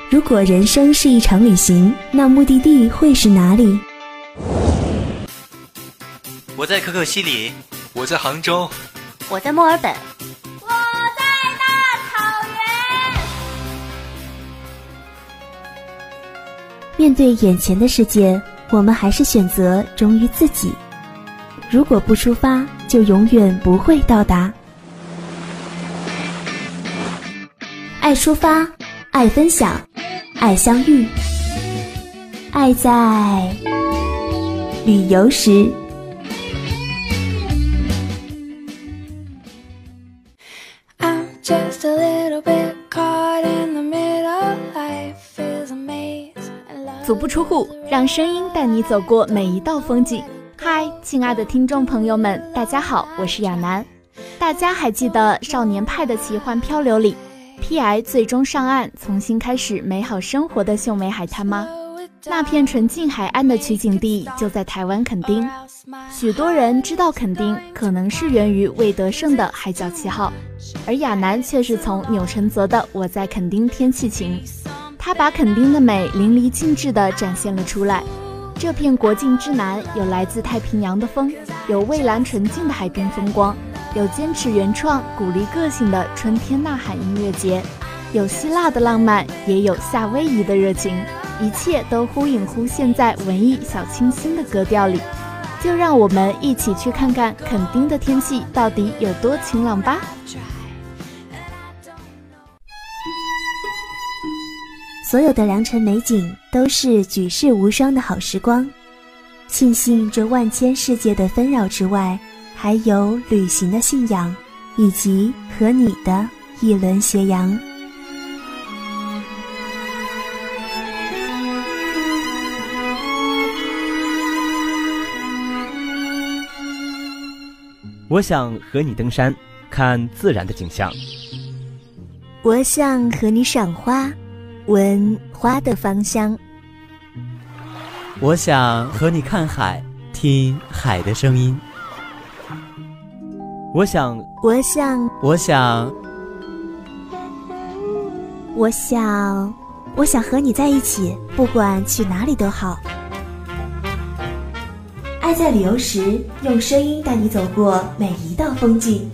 如果人生是一场旅行，那目的地会是哪里？ 我在可可西里，我在杭州， 我在墨尔本， 我在大草原。 面对眼前的世界，我们还是选择忠于自己。如果不出发，就永远不会到达。爱出发，爱分享，爱相遇，爱在旅游时。 足不出户，让声音带你走过每一道风景。嗨，亲爱的听众朋友们，大家好，我是亚楠。大家还记得少年派的奇幻漂流里 PI 最终上岸重新开始美好生活的秀美海滩吗？那片纯净海岸的取景地就在台湾垦丁。许多人知道垦丁可能是源于魏德胜的海角七号，而亚楠却是从钮承泽的我在垦丁天气晴。他把垦丁的美淋漓尽致地展现了出来。这片国境之南，有来自太平洋的风，有蔚蓝纯净的海滨风光，有坚持原创鼓励个性的春天呐喊音乐节，有希腊的浪漫，也有夏威夷的热情，一切都忽隐忽现在文艺小清新的格调里。就让我们一起去看看垦丁的天气到底有多晴朗吧。 所有的良辰美景都是举世无双的好时光，庆幸这万千世界的纷扰之外，还有旅行的信仰，以及和你的一轮斜阳。 我想和你登山，看自然的景象。 我想和你赏花，闻花的芳香。 我想和你看海，听海的声音。 我想和你在一起，不管去哪里都好。爱在旅游时，用声音带你走过每一道风景。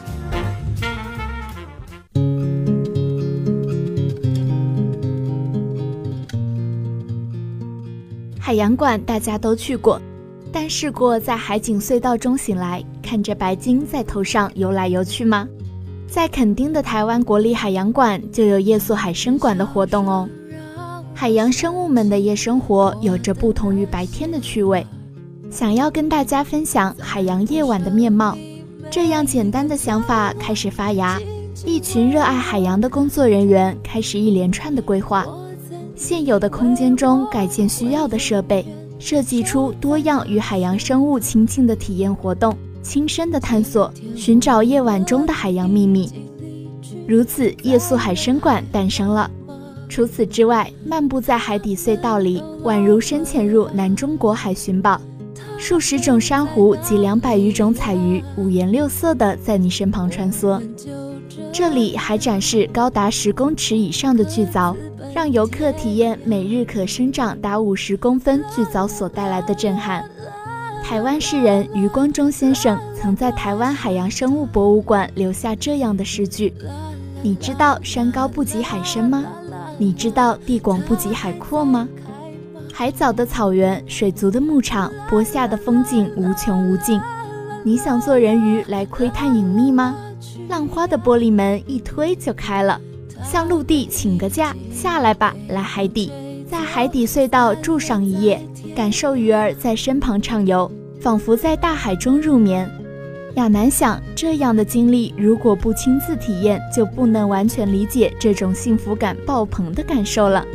海洋馆大家都去过，但试过在海景隧道中醒来，看着白鲸在头上游来游去吗？在垦丁的台湾国立海洋馆就有夜宿海参馆的活动哦。海洋生物们的夜生活有着不同于白天的趣味，想要跟大家分享海洋夜晚的面貌。这样简单的想法开始发芽，一群热爱海洋的工作人员开始一连串的规划，现有的空间中改建需要的设备，设计出多样与海洋生物亲近的体验活动，亲身的探索，寻找夜晚中的海洋秘密。如此，夜宿海参馆诞生了。除此之外，漫步在海底隧道里，宛如深潜入南中国海寻宝，数十种珊瑚及200余种彩鱼五颜六色地在你身旁穿梭。这里还展示高达10公尺以上的巨藻，让游客体验每日可生长达50公分巨藻所带来的震撼。台湾诗人余光中先生曾在台湾海洋生物博物馆留下这样的诗句：你知道山高不及海深吗？你知道地广不及海阔吗？海藻的草原，水族的牧场，播下的风景无穷无尽。你想做人鱼来窥探隐秘吗？浪花的玻璃门一推就开了，向陆地请个假，下来吧，来海底，在海底隧道住上一夜，感受鱼儿在身旁畅游，仿佛在大海中入眠。亚楠想，这样的经历如果不亲自体验，就不能完全理解这种幸福感爆棚的感受了。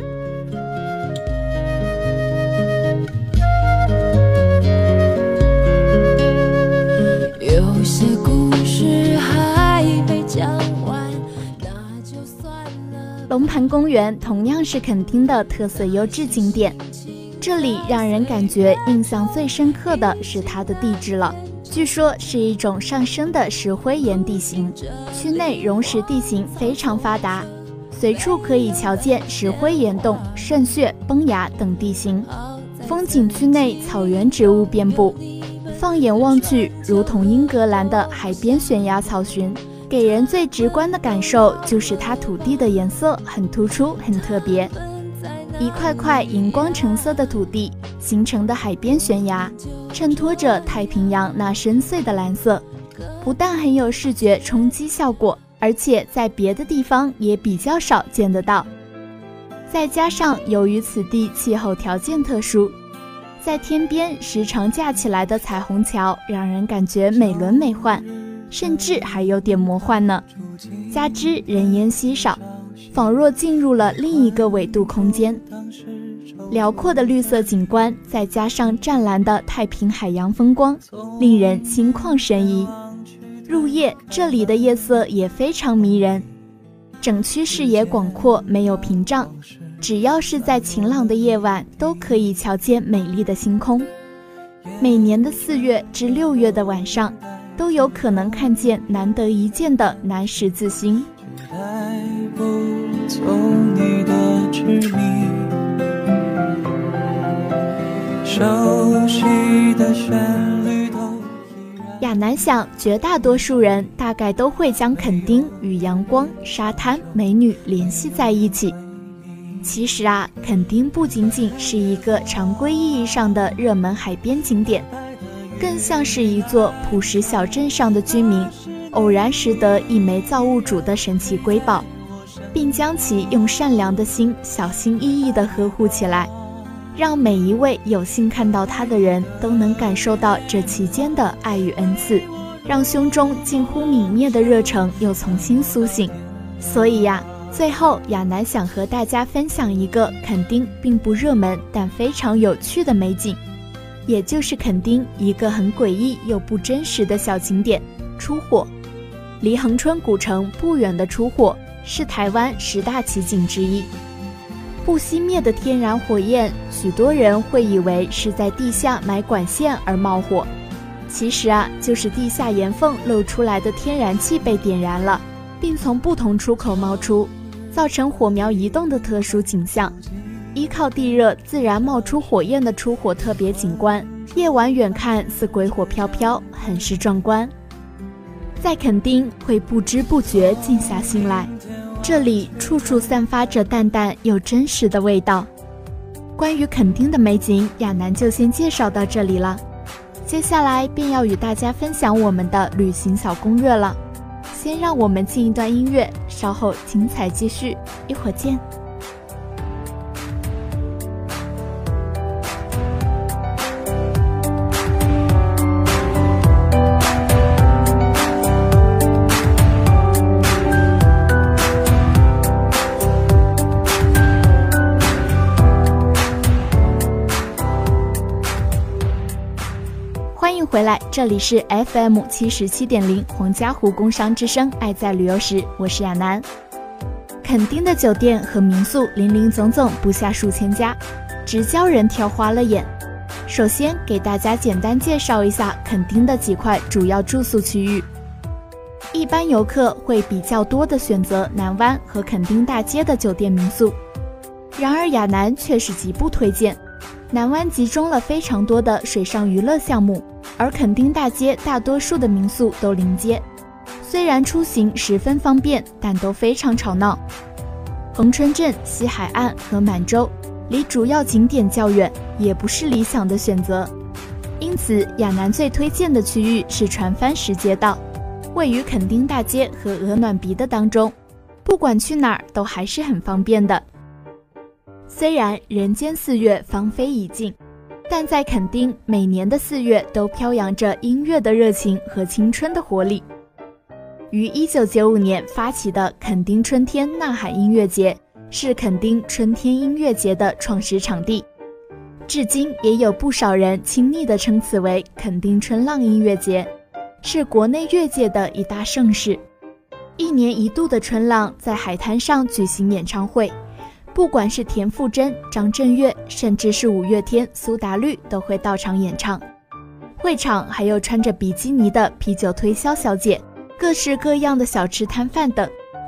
有些故事还没讲完，那就算了。 龙盘公园同样是垦丁的特色优质景点，这里让人感觉印象最深刻的是它的地质了。据说是一种上升的石灰岩地形，区内溶石地形非常发达， 随处可以瞧见石灰岩洞、渗穴、崩崖等地形。风景区内草原植物遍布，放眼望去，如同英格兰的海边悬崖草裙。给人最直观的感受就是它土地的颜色很突出，很特别。一块块荧光橙色的土地形成的海边悬崖，衬托着太平洋那深邃的蓝色，不但很有视觉冲击效果，而且在别的地方也比较少见得到。再加上由于此地气候条件特殊，在天边时常架起来的彩虹桥让人感觉美轮美奂，甚至还有点魔幻呢。加之人烟稀少，仿若进入了另一个纬度空间。辽阔的绿色景观再加上湛蓝的太平海洋风光，令人心旷神怡。入夜，这里的夜色也非常迷人，整区视野广阔，没有屏障，只要是在晴朗的夜晚都可以瞧见美丽的星空。每年的4月至6月的晚上都有可能看见难得一见的南十字星。 你的执迷，熟悉的旋律都亚楠想，绝大多数人大概都会将垦丁与阳光、沙滩、美女联系在一起。其实啊，垦丁不仅仅是一个常规意义上的热门海边景点，更像是一座朴实小镇上的居民偶然拾得一枚造物主的神奇瑰宝，并将其用善良的心小心翼翼地呵护起来，让每一位有幸看到它的人都能感受到这其间的爱与恩赐，让胸中近乎泯灭的热诚又重新苏醒。所以呀，最后亚楠想和大家分享一个垦丁并不热门但非常有趣的美景，也就是垦丁一个很诡异又不真实的小景点——出火。离恒春古城不远的出火是台湾10大奇景之一。不熄灭的天然火焰，许多人会以为是在地下埋管线而冒火，其实啊，就是地下岩缝漏出来的天然气被点燃了，并从不同出口冒出，造成火苗移动的特殊景象。依靠地热自然冒出火焰的出火特别景观，夜晚远看似鬼火飘飘，很是壮观。在垦丁会不知不觉静下心来，这里处处散发着淡淡又真实的味道。关于垦丁的美景，亚楠就先介绍到这里了，接下来便要与大家分享我们的旅行小攻略了。先让我们进一段音乐，稍后精彩继续，一会儿见。欢迎回来，这里是 FM 77.0黄家湖工商之声，爱在旅游时，我是亚楠。垦丁的酒店和民宿林林总总不下数千家，直叫人挑花了眼。首先给大家简单介绍一下垦丁的几块主要住宿区域。一般游客会比较多的选择南湾和垦丁大街的酒店民宿，然而亚楠却是极不推荐。南湾集中了非常多的水上娱乐项目，而垦丁大街大多数的民宿都临街，虽然出行十分方便，但都非常吵闹。恒春镇、西海岸和满洲离主要景点较远，也不是理想的选择。因此亚楠最推荐的区域是船帆石街道，位于垦丁大街和鹅銮鼻的当中，不管去哪儿都还是很方便的。虽然人间4月芳菲已尽，但在垦丁每年的4月都飘扬着音乐的热情和青春的活力。于1995年发起的垦丁春天呐喊音乐节是垦丁春天音乐节的创始场地，至今也有不少人亲昵地称此为垦丁春浪音乐节，是国内乐界的一大盛事。1年1度的春浪在海滩上举行演唱会，不管是田馥甄、张震岳，甚至是5月天、苏打绿都会到场演唱。会场还有穿着比基尼的啤酒推销小姐，各式各样的小吃摊贩等，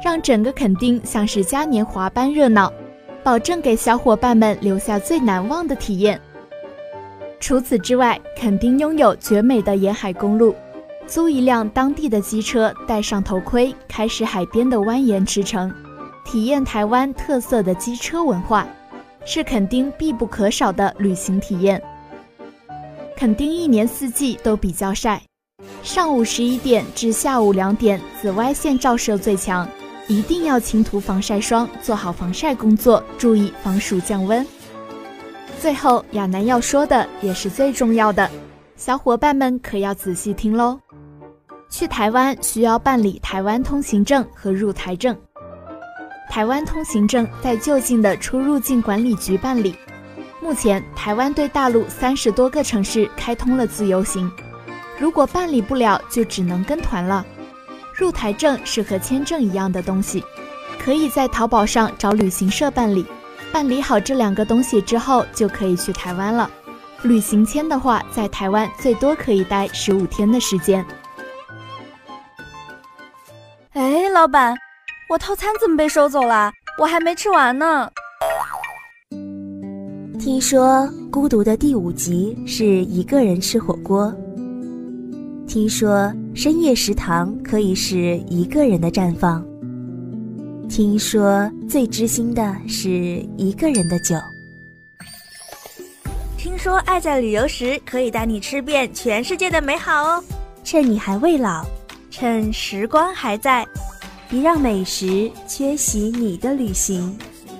让整个垦丁像是嘉年华般热闹，保证给小伙伴们留下最难忘的体验。除此之外，垦丁拥有绝美的沿海公路，租一辆当地的机车，戴上头盔，开始海边的蜿蜒驰骋，体验台湾特色的机车文化，是垦丁必不可少的旅行体验。垦丁一年四季都比较晒，上午11点至下午2点紫外线照射最强，一定要勤涂防晒霜，做好防晒工作，注意防暑降温。最后，亚楠要说的也是最重要的，小伙伴们可要仔细听咯。去台湾需要办理台湾通行证和入台证。台湾通行证在就近的出入境管理局办理。目前，台湾对大陆30多个城市开通了自由行，如果办理不了，就只能跟团了。入台证是和签证一样的东西，可以在淘宝上找旅行社办理。办理好这2个东西之后，就可以去台湾了。旅行签的话，在台湾最多可以待15天的时间。 哎，老板，我套餐怎么被收走了？我还没吃完呢。 听说孤独的第5集是一个人吃火锅。听说深夜食堂可以是一个人的绽放。听说最知心的是一个人的酒。 听说爱在旅游时可以带你吃遍全世界的美好哦。 趁你还未老， 趁时光还在， 别让美食缺席你的旅行。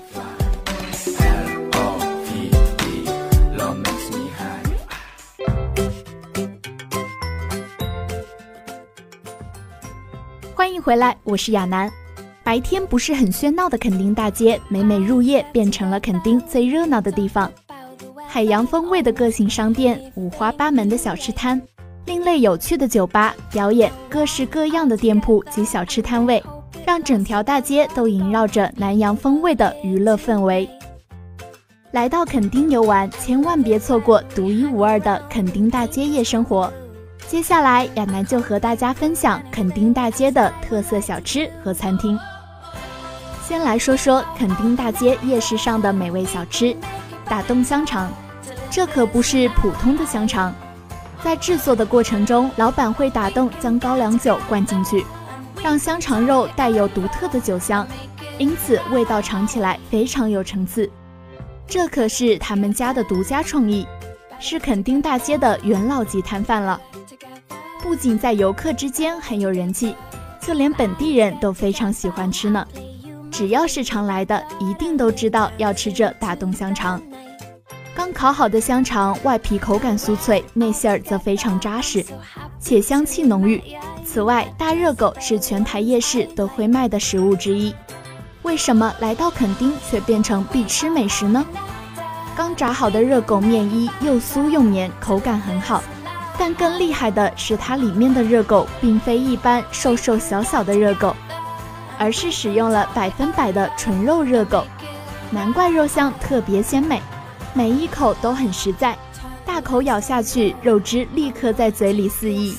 欢迎回来，我是亚楠。白天不是很喧闹的垦丁大街，每每入夜变成了垦丁最热闹的地方。海洋风味的个性商店，五花八门的小吃摊，另类有趣的酒吧表演，各式各样的店铺及小吃摊位，让整条大街都萦绕着南洋风味的娱乐氛围。来到垦丁游玩，千万别错过独一无二的垦丁大街夜生活。接下来，亚楠就和大家分享垦丁大街的特色小吃和餐厅。先来说说垦丁大街夜市上的美味小吃——打洞香肠。这可不是普通的香肠，在制作的过程中，老板会打洞将高粱酒灌进去，让香肠肉带有独特的酒香，因此味道尝起来非常有层次。这可是他们家的独家创意，是垦丁大街的元老级摊贩了。不仅在游客之间很有人气，就连本地人都非常喜欢吃呢。只要是常来的，一定都知道要吃这打洞香肠。刚烤好的香肠，外皮口感酥脆，内馅儿则非常扎实，且香气浓郁。此外，大热狗是全台夜市都会卖的食物之一。为什么来到垦丁却变成必吃美食呢？刚炸好的热狗面衣又酥又绵，口感很好。但更厉害的是，它里面的热狗并非一般瘦瘦小小的热狗，而是使用了100%的纯肉热狗，难怪肉香特别鲜美，每一口都很实在，大口咬下去，肉汁立刻在嘴里肆意。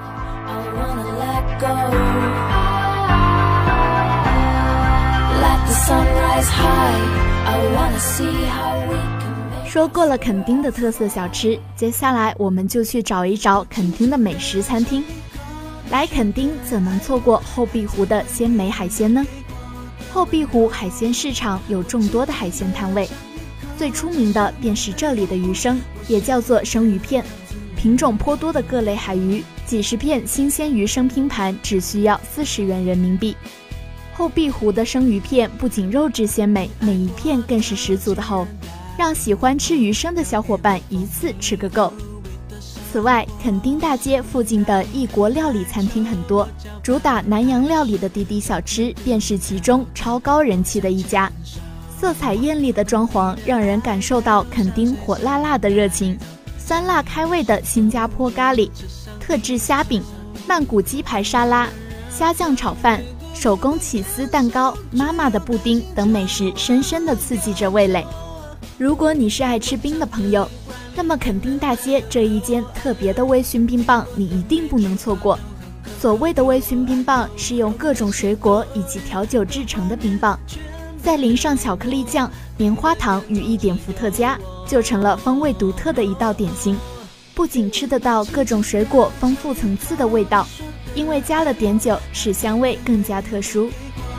说过了垦丁的特色小吃，接下来我们就去找一找垦丁的美食餐厅。来垦丁怎能错过后壁湖的鲜美海鲜呢？后壁湖海鲜市场有众多的海鲜摊位，最出名的便是这里的鱼生，也叫做生鱼片，品种颇多的各类海鱼，几十片新鲜鱼生拼盘只需要40元人民币。后壁湖的生鱼片不仅肉质鲜美，每一片更是十足的厚，让喜欢吃鱼生的小伙伴一次吃个够。此外，垦丁大街附近的异国料理餐厅很多，主打南洋料理的滴滴小吃便是其中超高人气的一家。色彩艳丽的装潢让人感受到垦丁火辣辣的热情，酸辣开胃的新加坡咖喱、特制虾饼、曼谷鸡排沙拉、虾酱炒饭、手工起司蛋糕、妈妈的布丁等美食深深地刺激着味蕾。如果你是爱吃冰的朋友，那么垦丁大街这一间特别的微醺冰棒你一定不能错过。 所谓的微醺冰棒是用各种水果以及调酒制成的冰棒，再淋上巧克力酱、棉花糖与一点伏特加，就成了风味独特的一道点心。不仅吃得到各种水果丰富层次的味道，因为加了点酒，使香味更加特殊。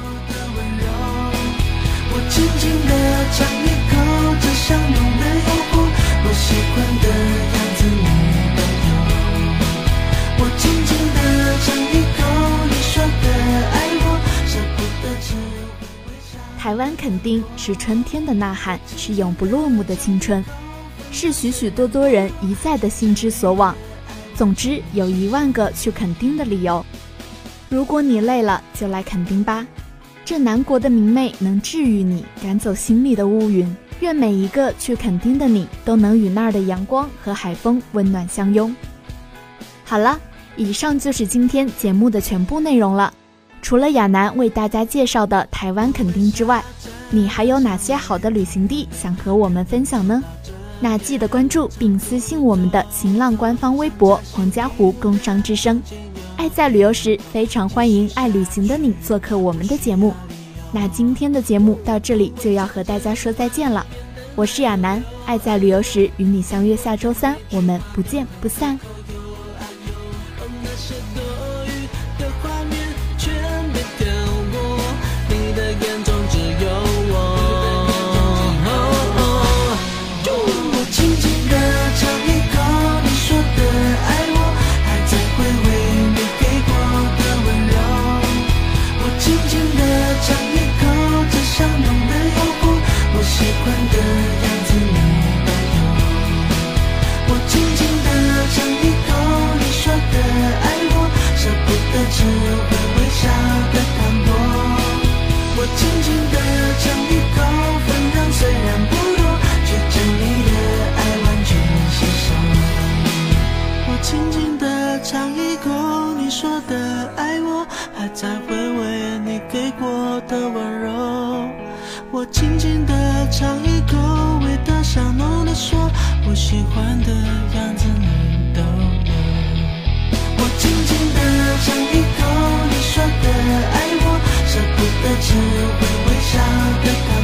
我轻轻地尝一口这香浓的诱惑，我喜欢的样子你都有。我轻轻地尝一口你说的爱我，舍不得只会微笑。 台湾垦丁是春天的呐喊，是永不落幕的青春，是许许多多人一再的心之所往。总之，有10000个去垦丁的理由。如果你累了，就来垦丁吧。这南国的明媚能治愈你，赶走心里的乌云。愿每一个去垦丁的你，都能与那儿的阳光和海风温暖相拥。好了，以上就是今天节目的全部内容了。除了亚楠为大家介绍的台湾垦丁之外，你还有哪些好的旅行地想和我们分享呢？那记得关注并私信我们的新浪官方微博黄家湖工商之声。爱在旅游时，非常欢迎爱旅行的你做客我们的节目。那今天的节目到这里就要和大家说再见了，我是亚楠，爱在旅游时与你相约下周3，我们不见不散。 那些多余的画面全被跳过，你的眼中只有我。我轻轻地尝一口你说的爱我，还在回味你给过的温柔。我轻轻地尝一口这香浓的诱惑，我喜欢的样子你都有。我轻轻地尝一口你说的爱我，舍不得只会微笑的淡薄。我轻轻地尝一口，分量虽然不多，却将你的爱完全吸收。我轻轻地尝一口你说的爱我，还在回味你给过的温柔。我轻轻地尝一口，味道香浓地说，我喜欢的样子你都有。我轻轻地尝一口你说的爱我，舍不得只会微笑的